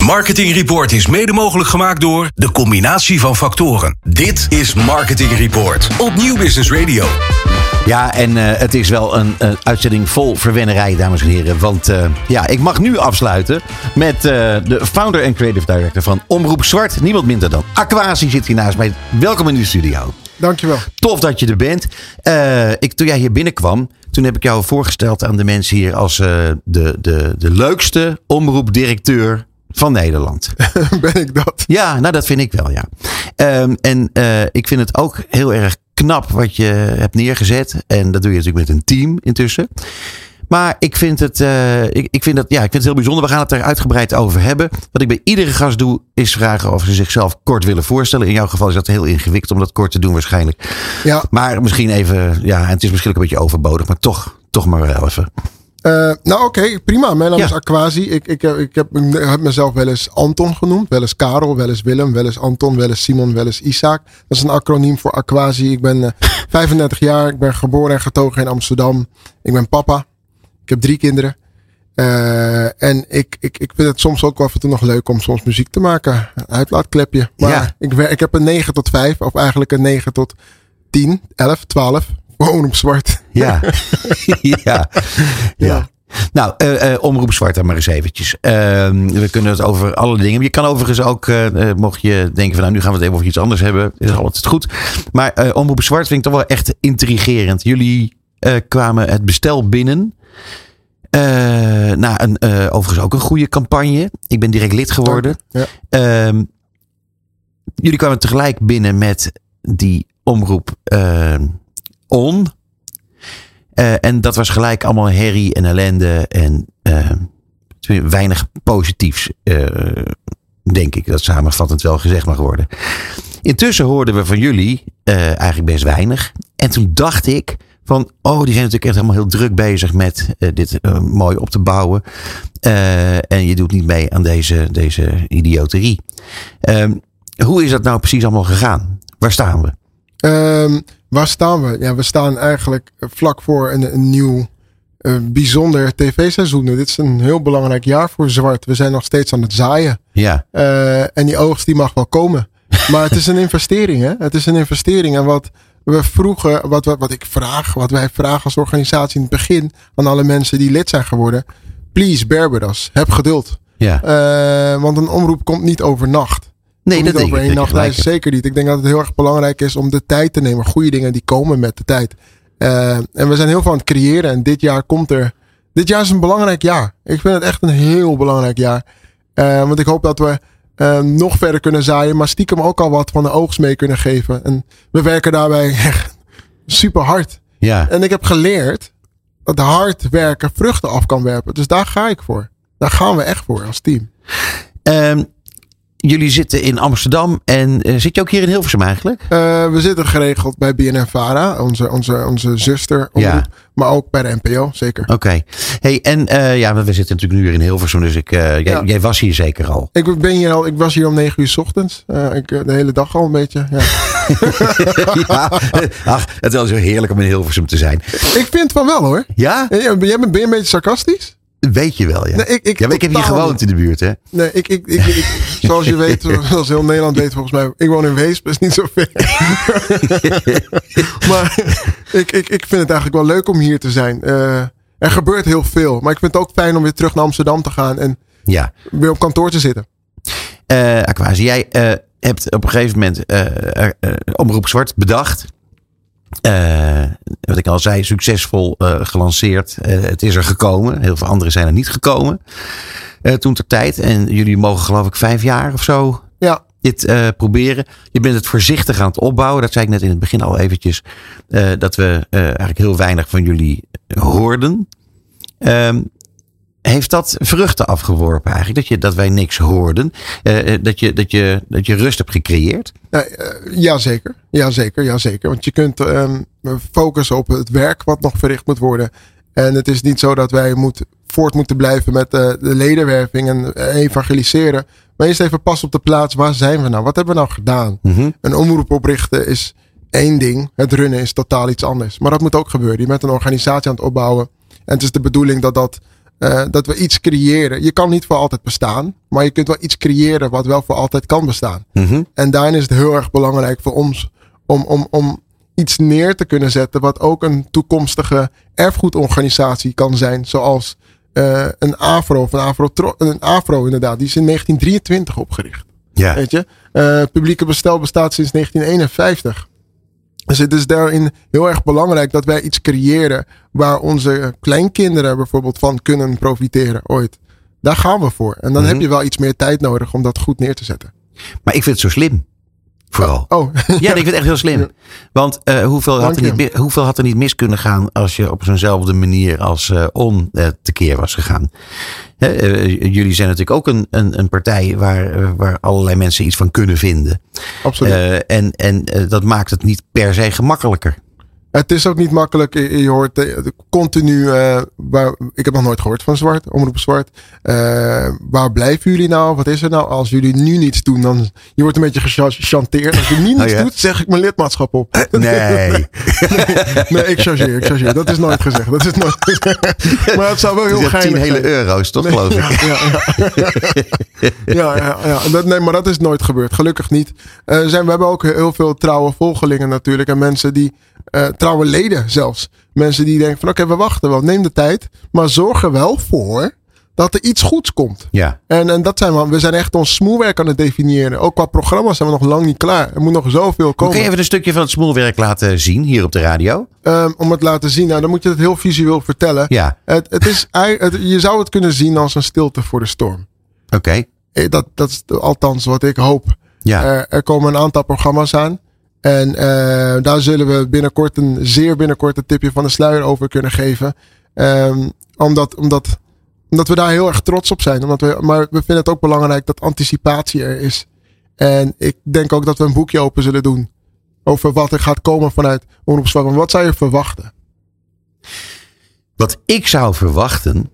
Marketing Report is mede mogelijk gemaakt door de combinatie van factoren. Dit is Marketing Report op Nieuw Business Radio. Ja, en het is wel een uitzending vol verwennerij, dames en heren. Want ik mag nu afsluiten met de founder en creative director van Omroep Zwart. Niemand minder dan Aquasi zit hier naast mij. Welkom in de studio. Dankjewel. Tof dat je er bent. Toen jij hier binnenkwam, toen heb ik jou voorgesteld aan de mensen hier als de leukste omroepdirecteur van Nederland. Ben ik dat? Ja, nou dat vind ik wel, ja. Ik vind het ook heel erg knap wat je hebt neergezet. En dat doe je natuurlijk met een team intussen. Maar ik vind het heel bijzonder. We gaan het er uitgebreid over hebben. Wat ik bij iedere gast doe, is vragen of ze zichzelf kort willen voorstellen. In jouw geval is dat heel ingewikkeld om dat kort te doen waarschijnlijk. Ja. Maar misschien even, en het is misschien ook een beetje overbodig, maar toch maar wel even. Oké, prima. Mijn naam is Aquasi. Ik heb mezelf wel eens Anton genoemd. Wel eens Karel, wel eens Willem, wel eens Anton, wel eens Simon, wel eens Isaac. Dat is een acroniem voor Aquasi. Ik ben 35 jaar. Ik ben geboren en getogen in Amsterdam. Ik ben papa. Ik heb 3 kinderen. En ik vind het soms ook wel af en toe nog leuk om soms muziek te maken. Een uitlaatklepje. Maar ik heb een 9 tot 5. Of eigenlijk een 9 tot 10, 11, 12. Gewoon op zwart. Ja. Ja. Nou, Omroep Zwart dan maar eens eventjes. We kunnen het over alle dingen. Je kan overigens ook, mocht je denken van nu gaan we het even over iets anders hebben. Is altijd goed. Maar Omroep Zwart vind ik toch wel echt intrigerend. Jullie kwamen het bestel binnen. Na overigens ook een goede campagne. Ik ben direct lid geworden. Ja. Jullie kwamen tegelijk binnen met die omroep On. En dat was gelijk allemaal herrie en ellende en weinig positiefs, denk ik. Dat samenvattend wel gezegd mag worden. Intussen hoorden we van jullie eigenlijk best weinig. En toen dacht ik van, die zijn natuurlijk echt helemaal heel druk bezig met dit mooi op te bouwen. En je doet niet mee aan deze idioterie. Hoe is dat nou precies allemaal gegaan? Waar staan we? Waar staan we? Ja, we staan eigenlijk vlak voor een nieuw bijzonder tv-seizoen. Dit is een heel belangrijk jaar voor Zwart. We zijn nog steeds aan het zaaien. Ja. En die oogst die mag wel komen. Maar het is een investering, hè? Het is een investering. En wat we vroegen, wat wij vragen als organisatie in het begin aan alle mensen die lid zijn geworden. Please, bear with us. Heb geduld. Ja. Want een omroep komt niet overnacht. Nee, dat denk ik. Nee, zeker niet. Ik denk dat het heel erg belangrijk is om de tijd te nemen. Goede dingen die komen met de tijd. En we zijn heel veel aan het creëren. En dit jaar is een belangrijk jaar. Ik vind het echt een heel belangrijk jaar. Want ik hoop dat we nog verder kunnen zaaien. Maar stiekem ook al wat van de oogst mee kunnen geven. En we werken daarbij echt super hard. Ja. En ik heb geleerd dat hard werken vruchten af kan werpen. Dus daar ga ik voor. Daar gaan we echt voor als team. Jullie zitten in Amsterdam en zit je ook hier in Hilversum eigenlijk? We zitten geregeld bij BNN-Vara, onze zuster. Ja. Maar ook bij de NPO, zeker. Oké. Hey, en we zitten natuurlijk nu weer in Hilversum, dus jij was hier zeker al. Ik was hier om 9 uur 's ochtends. De hele dag al een beetje. Ja. Het is wel zo heerlijk om in Hilversum te zijn. Ik vind van wel hoor. Ja? Ben je een beetje sarcastisch? Weet je wel, ja. Nee, ik heb hier gewoond in de buurt, hè? Nee, ik zoals je weet, zoals heel Nederland weet volgens mij, ik woon in Weesp, dus niet zo ver. Maar ik vind het eigenlijk wel leuk om hier te zijn. Er gebeurt heel veel, maar ik vind het ook fijn om weer terug naar Amsterdam te gaan en weer op kantoor te zitten. Aquasi, jij hebt op een gegeven moment Omroep Zwart bedacht. Wat ik al zei, succesvol gelanceerd. Het is er gekomen. Heel veel anderen zijn er niet gekomen. Toen ter tijd. En jullie mogen geloof ik 5 jaar of zo dit proberen. Je bent het voorzichtig aan het opbouwen. Dat zei ik net in het begin al eventjes. Dat we eigenlijk heel weinig van jullie hoorden. Heeft dat vruchten afgeworpen eigenlijk? Dat wij niks hoorden? Dat je rust hebt gecreëerd? Jazeker. Want je kunt focussen op het werk wat nog verricht moet worden. En het is niet zo dat wij voort moeten blijven met de ledenwerving en evangeliseren. Maar eerst even pas op de plaats. Waar zijn we nou? Wat hebben we nou gedaan? Mm-hmm. Een omroep oprichten is 1 ding. Het runnen is totaal iets anders. Maar dat moet ook gebeuren. Je bent een organisatie aan het opbouwen. En het is de bedoeling dat dat we iets creëren. Je kan niet voor altijd bestaan, maar je kunt wel iets creëren wat wel voor altijd kan bestaan. Mm-hmm. En daarin is het heel erg belangrijk voor ons om iets neer te kunnen zetten wat ook een toekomstige erfgoedorganisatie kan zijn. Zoals een AVRO inderdaad. Die is in 1923 opgericht. Ja. Weet je? Publieke bestel bestaat sinds 1951. Dus het is daarin heel erg belangrijk dat wij iets creëren waar onze kleinkinderen bijvoorbeeld van kunnen profiteren ooit. Daar gaan we voor. En dan heb je wel iets meer tijd nodig om dat goed neer te zetten. Maar ik vind het zo slim. Vooral. Oh. Ja, ik vind het echt heel slim. Want hoeveel had er niet mis kunnen gaan als je op zo'nzelfde manier als ON tekeer was gegaan? Jullie zijn natuurlijk ook een partij waar allerlei mensen iets van kunnen vinden. Absoluut. En dat maakt het niet per se gemakkelijker. Het is ook niet makkelijk. Je hoort continu. Ik heb nog nooit gehoord van Zwart, Omroep Zwart. Waar blijven jullie nou? Wat is er nou? Als jullie nu niets doen, dan. Je wordt een beetje gechanteerd. Als je nu niets doet, zeg ik mijn lidmaatschap op. Nee. Nee, ik chargeer. Dat is nooit gezegd. Maar het zou wel heel geinig zijn. 10 hele euro's, toch, geloof ik? Ja. Nee, maar dat is nooit gebeurd. Gelukkig niet. We hebben ook heel veel trouwe volgelingen natuurlijk. En mensen die. Trouwe leden zelfs. Mensen die denken van oké, we wachten wel. Neem de tijd. Maar zorg er wel voor dat er iets goeds komt. Ja. En dat we zijn echt ons smoelwerk aan het definiëren. Ook qua programma's zijn we nog lang niet klaar. Er moet nog zoveel komen. Kun je even een stukje van het smoelwerk laten zien hier op de radio? Om het laten zien. Nou, dan moet je het heel visueel vertellen. Ja. Je zou het kunnen zien als een stilte voor de storm. Oké. Dat is althans wat ik hoop. Ja. Er komen een aantal programma's aan. En daar zullen we zeer binnenkort een tipje van de sluier over kunnen geven. Omdat we daar heel erg trots op zijn. Maar we vinden het ook belangrijk dat anticipatie er is. En ik denk ook dat we een boekje open zullen doen. Over wat er gaat komen vanuit Omroep Zwart. Wat zou je verwachten? Wat ik zou verwachten.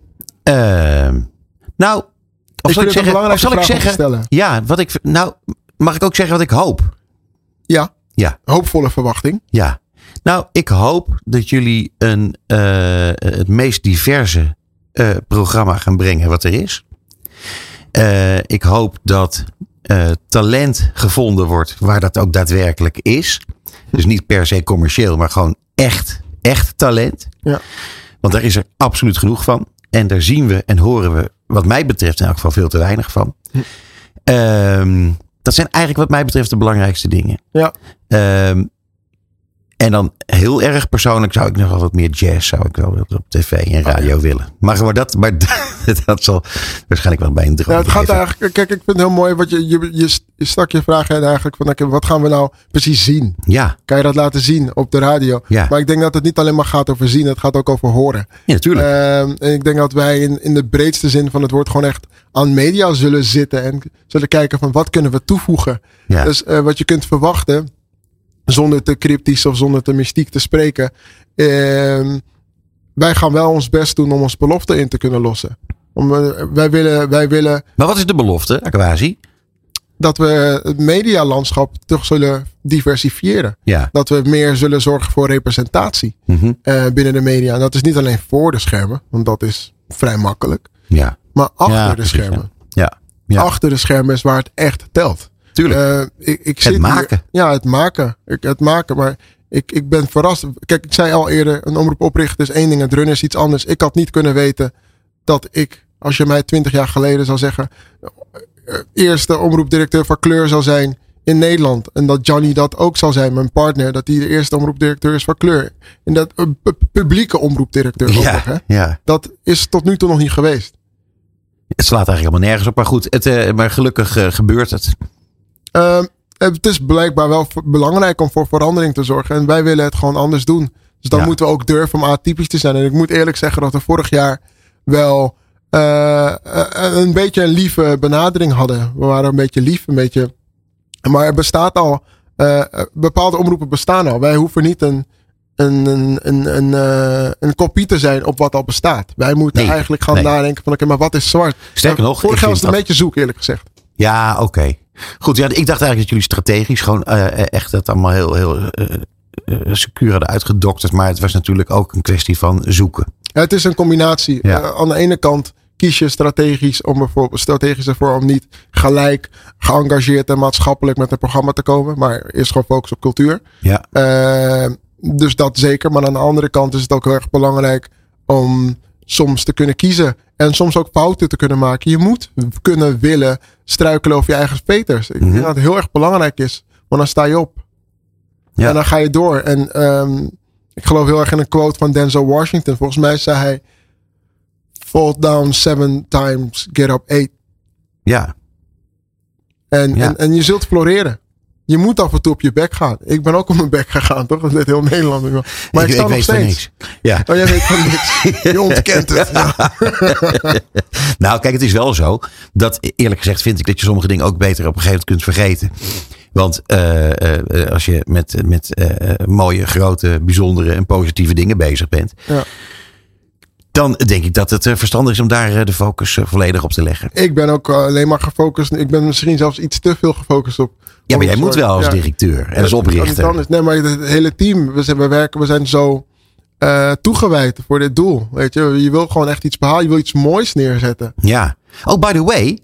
Zal ik zeggen? Ja, mag ik ook zeggen wat ik hoop? Ja. Ja. Hoopvolle verwachting. Ja. Nou, ik hoop dat jullie het meest diverse programma gaan brengen wat er is. Ik hoop dat talent gevonden wordt waar dat ook daadwerkelijk is. Dus niet per se commercieel, maar gewoon echt talent. Ja. Want daar is er absoluut genoeg van. En daar zien we en horen we, wat mij betreft, in elk geval veel te weinig van. Dat zijn eigenlijk wat mij betreft de belangrijkste dingen. Ja. En dan heel erg persoonlijk zou ik nog wel wat meer jazz zou ik wel op tv en radio willen. Maar dat zal waarschijnlijk wel bij een droom. Ja, het gaat eigenlijk. Kijk, ik vind het heel mooi wat je stak je vraag en eigenlijk van wat gaan we nou precies zien? Ja. Kan je dat laten zien op de radio? Ja. Maar ik denk dat het niet alleen maar gaat over zien, het gaat ook over horen. Ja, natuurlijk. En ik denk dat wij in de breedste zin van het woord gewoon echt aan media zullen zitten en zullen kijken van wat kunnen we toevoegen. Ja. Dus wat je kunt verwachten, zonder te cryptisch of zonder te mystiek te spreken. Wij gaan wel ons best doen om ons belofte in te kunnen lossen. Wij willen. Maar wat is de belofte, Akwasi? Dat we het medialandschap toch zullen diversifiëren. Ja. Dat we meer zullen zorgen voor representatie binnen de media. En dat is niet alleen voor de schermen, want dat is vrij makkelijk. Ja. Maar achter de schermen. Ja. Ja. Achter de schermen is waar het echt telt. Tuurlijk. Het maken. Het maken. Maar ik ben verrast. Kijk, ik zei al eerder, een omroep oprichten is één ding. Het runnen is iets anders. Ik had niet kunnen weten dat ik, als je mij 20 jaar geleden zou zeggen, eerste omroepdirecteur van kleur zal zijn in Nederland. En dat Johnny dat ook zal zijn, mijn partner. Dat hij de eerste omroepdirecteur is van kleur. En dat publieke omroepdirecteur. Ja. Dat is tot nu toe nog niet geweest. Het slaat eigenlijk helemaal nergens op. Maar goed, maar gelukkig gebeurt het. Het is blijkbaar wel belangrijk om voor verandering te zorgen. En wij willen het gewoon anders doen. Dus dan moeten we ook durven om atypisch te zijn. En ik moet eerlijk zeggen dat we vorig jaar wel een beetje een lieve benadering hadden. We waren een beetje lief, maar er bestaat al, bepaalde omroepen bestaan al. Wij hoeven niet een kopie te zijn op wat al bestaat. Wij moeten eigenlijk gaan nadenken van oké, maar wat is zwart? Sterker nog, vorig jaar was het een beetje zoek, eerlijk gezegd. Ja, oké. Goed, ja, ik dacht eigenlijk dat jullie strategisch gewoon echt het allemaal heel secuur hadden uitgedokterd. Maar het was natuurlijk ook een kwestie van zoeken. Het is een combinatie. Ja. Aan de ene kant kies je strategisch ervoor om niet gelijk geëngageerd en maatschappelijk met een programma te komen. Maar eerst gewoon focus op cultuur. Ja. Dus dat zeker. Maar aan de andere kant is het ook heel erg belangrijk om soms te kunnen kiezen. En soms ook fouten te kunnen maken. Je moet willen struikelen over je eigen veters. Ik denk dat het heel erg belangrijk is. Want dan sta je op. Ja. En dan ga je door. En ik geloof heel erg in een quote van Denzel Washington. Volgens mij zei hij: fall down 7 times, get up 8. Ja. En je zult floreren. Je moet af en toe op je bek gaan. Ik ben ook op mijn bek gegaan, toch? Dat weet heel Nederland. Maar ik sta nog steeds. Niks. Ja. Oh, jij weet van niks. Je ontkent het. Ja. Nou, kijk, het is wel zo dat, eerlijk gezegd, vind ik dat je sommige dingen ook beter op een gegeven moment kunt vergeten. Want als je met mooie, grote, bijzondere en positieve dingen bezig bent, dan denk ik dat het verstandig is om daar de focus volledig op te leggen. Ik ben ook alleen maar gefocust. Ik ben misschien zelfs iets te veel gefocust op. Ja, maar jij moet wel als directeur en als oprichter. Nee, maar het hele team, we zijn zo toegewijd voor dit doel. Weet je wil gewoon echt iets behalen. Je wil iets moois neerzetten. Ja. Oh, by the way,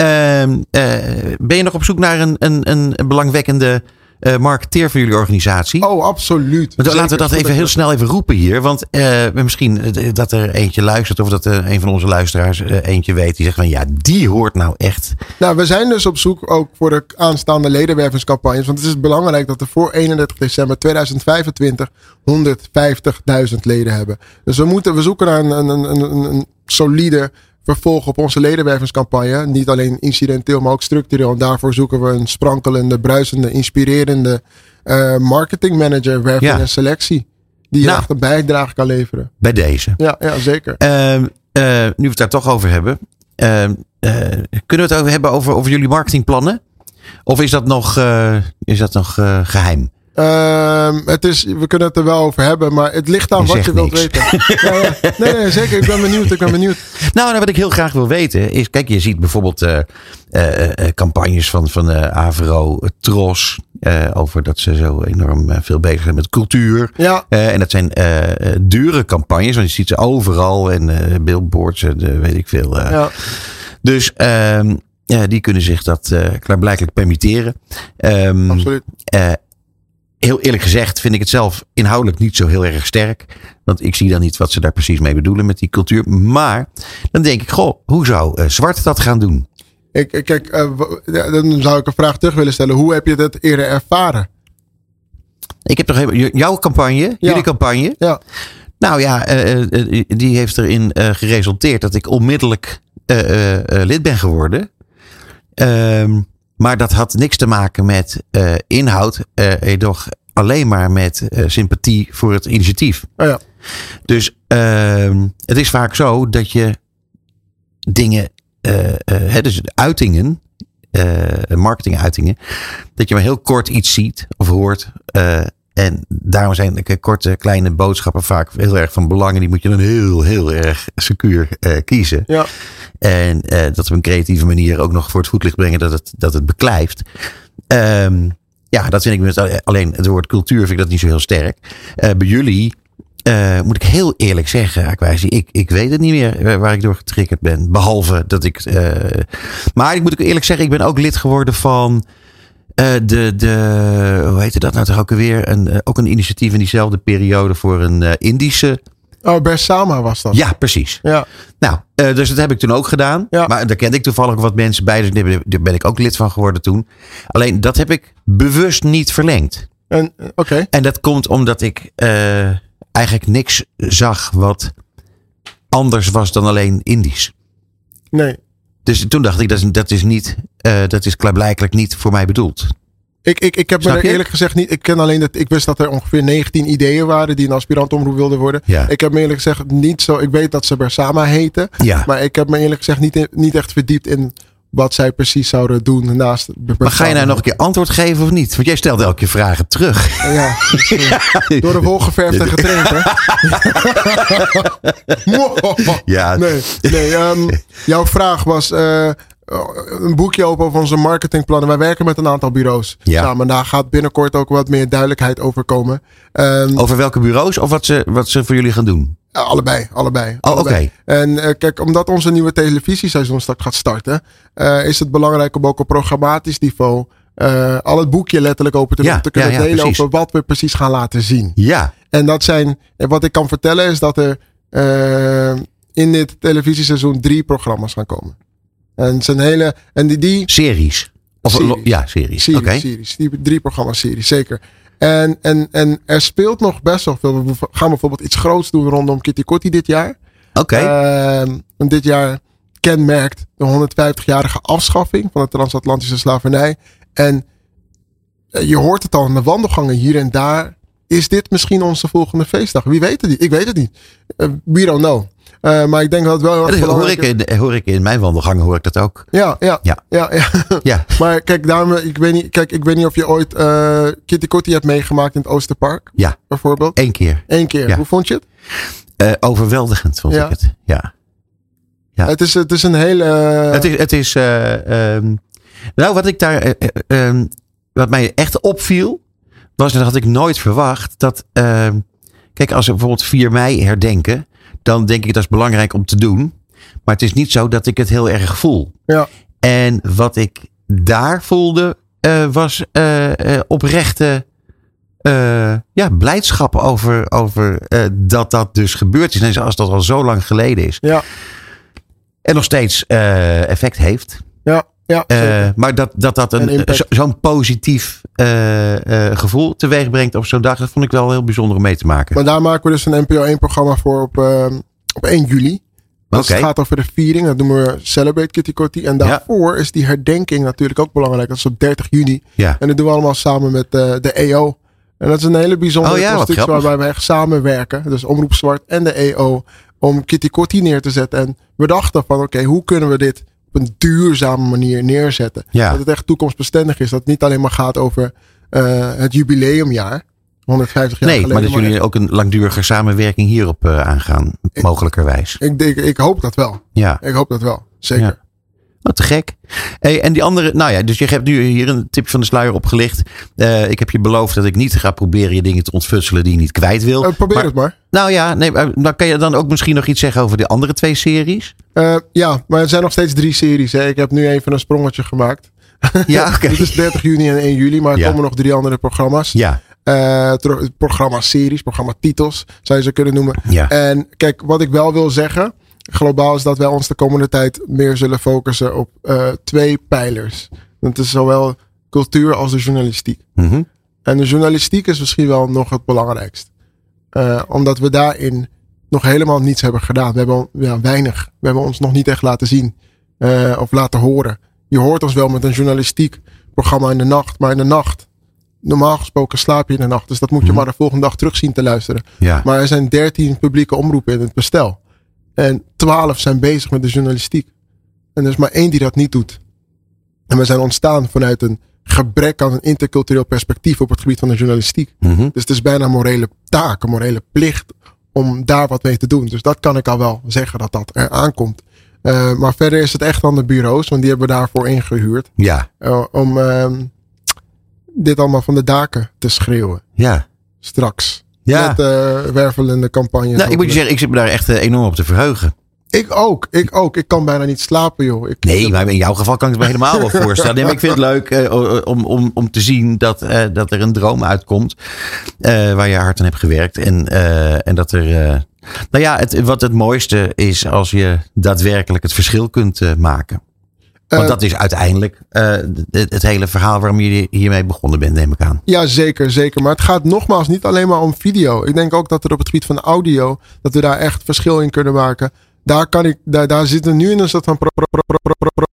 ben je nog op zoek naar een belangwekkende marketeer voor jullie organisatie? Oh, absoluut. Laten we dat even heel snel even roepen hier. Want misschien dat er eentje luistert, of dat een van onze luisteraars eentje weet die zegt van ja, die hoort nou echt. Nou, we zijn dus op zoek ook voor de aanstaande ledenwervingscampagnes. Want het is belangrijk dat we voor 31 december 2025 150.000 leden hebben. Dus we zoeken naar een solide vervolg op onze ledenwervingscampagne. Niet alleen incidenteel, maar ook structureel. En daarvoor zoeken we een sprankelende, bruisende, inspirerende marketingmanager, werving en selectie. Die echt een bijdrage kan leveren. Bij deze. Ja, zeker. Nu we het daar toch over hebben. Kunnen we het hebben over jullie marketingplannen? Of is dat nog geheim? We kunnen het er wel over hebben, maar het ligt aan wat je wilt weten. Nee, zeker. Ik ben benieuwd. Nou, wat ik heel graag wil weten is, kijk, je ziet bijvoorbeeld campagnes van Avro, Tros, over dat ze zo enorm veel bezig zijn met cultuur. Ja. En dat zijn dure campagnes, want je ziet ze overal en billboards, weet ik veel. Dus die kunnen zich dat klaarblijkelijk permitteren. Absoluut. Heel eerlijk gezegd vind ik het zelf inhoudelijk niet zo heel erg sterk. Want ik zie dan niet wat ze daar precies mee bedoelen met die cultuur. Maar dan denk ik, hoe zou Zwart dat gaan doen? Dan zou ik een vraag terug willen stellen. Hoe heb je dat eerder ervaren? Ik heb toch jouw campagne, jullie campagne. Ja. Nou ja, die heeft erin geresulteerd dat ik onmiddellijk lid ben geworden. Maar dat had niks te maken met inhoud. Doch alleen maar met sympathie voor het initiatief. Oh ja. Dus het is vaak zo dat je dingen, dus uitingen, marketinguitingen, dat je maar heel kort iets ziet of hoort. En daarom zijn korte kleine boodschappen vaak heel erg van belang. En die moet je dan heel erg secuur kiezen. Ja. En dat op een creatieve manier ook nog voor het voetlicht brengen dat het beklijft. Dat vind ik met alleen het woord cultuur vind ik dat niet zo heel sterk. Bij jullie moet ik heel eerlijk zeggen, Aquasi, ik weet het niet meer waar ik door getriggerd ben. Behalve dat ik. Maar ik moet ook eerlijk zeggen, ik ben ook lid geworden van hoe heette dat nou toch ook alweer? Ook een initiatief in diezelfde periode voor een Indische. Oh, Bersama was dat. Ja, precies. Ja. Nou, dus dat heb ik toen ook gedaan. Ja. Maar daar kende ik toevallig wat mensen bij. Dus daar ben ik ook lid van geworden toen. Alleen dat heb ik bewust niet verlengd. Oké. En dat komt omdat ik eigenlijk niks zag wat anders was dan alleen Indisch. Nee. Dus toen dacht ik, dat is klaarblijkelijk niet voor mij bedoeld. Ik heb me er eerlijk gezegd niet. Ik wist dat er ongeveer 19 ideeën waren die een aspirantomroep wilden worden. Ja. Ik heb me eerlijk gezegd niet zo. Ik weet dat ze Bersama heten. Ja. Maar ik heb me eerlijk gezegd niet echt verdiept in wat zij precies zouden doen naast Bersama. Maar ga je nou nog een keer antwoord geven of niet? Want jij stelt elke keer vragen terug. Ja. Door de wol geverfd en getraind, hè? Ja. Nee. Jouw vraag was een boekje open over onze marketingplannen. Wij werken met een aantal bureaus samen. Daar gaat binnenkort ook wat meer duidelijkheid over komen. Over welke bureaus of wat ze voor jullie gaan doen? Allebei. Oh, oké. En kijk, omdat onze nieuwe televisieseizoen straks gaat starten, is het belangrijk om ook op programmatisch niveau al het boekje letterlijk open te kunnen delen precies. Over wat we precies gaan laten zien. Ja. En wat ik kan vertellen is dat er in dit televisieseizoen 3 programma's gaan komen. En het zijn die series. Series. Series. Die 3 programma's series, zeker. En er speelt nog best wel veel. We gaan bijvoorbeeld iets groots doen rondom Kitty Kotti dit jaar. Oké. En dit jaar kenmerkt de 150-jarige afschaffing van de transatlantische slavernij. En je hoort het al in de wandelgangen hier en daar. Is dit misschien onze volgende feestdag? Wie weet het niet? Ik weet het niet. We don't know. Maar ik denk dat het wel heel erg belangrijk is. Hoor ik in mijn wandelgangen hoor ik dat ook. Ja. Maar kijk, ik weet niet of je ooit Kitty Kotti hebt meegemaakt in het Oosterpark. Ja. Bijvoorbeeld. 1 keer. 1 keer. Ja. Hoe vond je het? Overweldigend vond ik het. Ja. Het is een hele... Het is... wat ik daar... wat mij echt opviel, was dat had ik nooit verwacht. Dat, kijk, als we bijvoorbeeld 4 mei herdenken, dan denk ik dat is belangrijk om te doen. Maar het is niet zo dat ik het heel erg voel. Ja. En wat ik daar voelde, was oprechte blijdschap over dat dus gebeurd is. En als dat al zo lang geleden is. Ja. En nog steeds effect heeft. Ja, maar dat zo'n positief gevoel teweeg brengt op zo'n dag, dat vond ik wel heel bijzonder om mee te maken. Maar daar maken we dus een NPO 1 programma voor op 1 juli. Dus het gaat over de viering. Dat noemen we Celebrate Kitty Kotti. En daarvoor is die herdenking natuurlijk ook belangrijk. Dat is op 30 juni. Ja. En dat doen we allemaal samen met de EO. En dat is een hele bijzondere constructie waarbij we echt samenwerken. Dus Omroep Zwart en de EO. Om Kitty Kotti neer te zetten. En we dachten van oké, hoe kunnen we dit op een duurzame manier neerzetten. Ja. Dat het echt toekomstbestendig is. Dat het niet alleen maar gaat over het jubileumjaar. 150 jaar geleden. Maar dat jullie ook een langdurige samenwerking hierop aangaan. Mogelijkerwijs. Ik hoop dat wel. Ja. Ik hoop dat wel. Zeker. Ja. Wat te gek. Hey, en die andere, dus je hebt nu hier een tipje van de sluier opgelicht. Ik heb je beloofd dat ik niet ga proberen je dingen te ontfutselen die je niet kwijt wil. Probeer het maar. Maar kan je dan ook misschien nog iets zeggen over de andere 2 series? Maar er zijn nog steeds 3 series. Hè. Ik heb nu even een sprongetje gemaakt. Ja, oké. Het is 30 juni en 1 juli, maar er komen nog 3 andere programma's. Ja. Programma-series, programma-titels, zou je ze kunnen noemen. Ja. En kijk, wat ik wel wil zeggen, globaal is dat wij ons de komende tijd meer zullen focussen op 2 pijlers. Dat is zowel cultuur als de journalistiek. Mm-hmm. En de journalistiek is misschien wel nog het belangrijkst. Omdat we daarin nog helemaal niets hebben gedaan. We hebben weinig. We hebben ons nog niet echt laten zien of laten horen. Je hoort ons wel met een journalistiek programma in de nacht, maar in de nacht, normaal gesproken slaap je in de nacht. Dus dat moet je maar de volgende dag terug zien te luisteren. Ja. Maar er zijn 13 publieke omroepen in het bestel. En 12 zijn bezig met de journalistiek. En er is maar 1 die dat niet doet. En we zijn ontstaan vanuit een gebrek aan een intercultureel perspectief op het gebied van de journalistiek. Mm-hmm. Dus het is bijna een morele taak, een morele plicht om daar wat mee te doen. Dus dat kan ik al wel zeggen dat er aankomt. Maar verder is het echt aan de bureaus, want die hebben we daarvoor ingehuurd. Ja. Om dit allemaal van de daken te schreeuwen. Ja. Straks. Ja. Met wervelende campagnes. Nou, ik moet je zeggen, ik zit me daar echt enorm op te verheugen. Ik ook. Ik kan bijna niet slapen, joh. Maar in jouw geval kan ik het me helemaal wel voorstellen. Nee, maar ik vind het leuk om te zien dat er een droom uitkomt. Waar je hard aan hebt gewerkt. En dat er... wat het mooiste is als je daadwerkelijk het verschil kunt maken. Want dat is uiteindelijk het hele verhaal waarom je hiermee begonnen bent, neem ik aan. Ja, zeker. Maar het gaat nogmaals niet alleen maar om video. Ik denk ook dat er op het gebied van audio, dat we daar echt verschil in kunnen maken. Daar zitten we nu in een soort van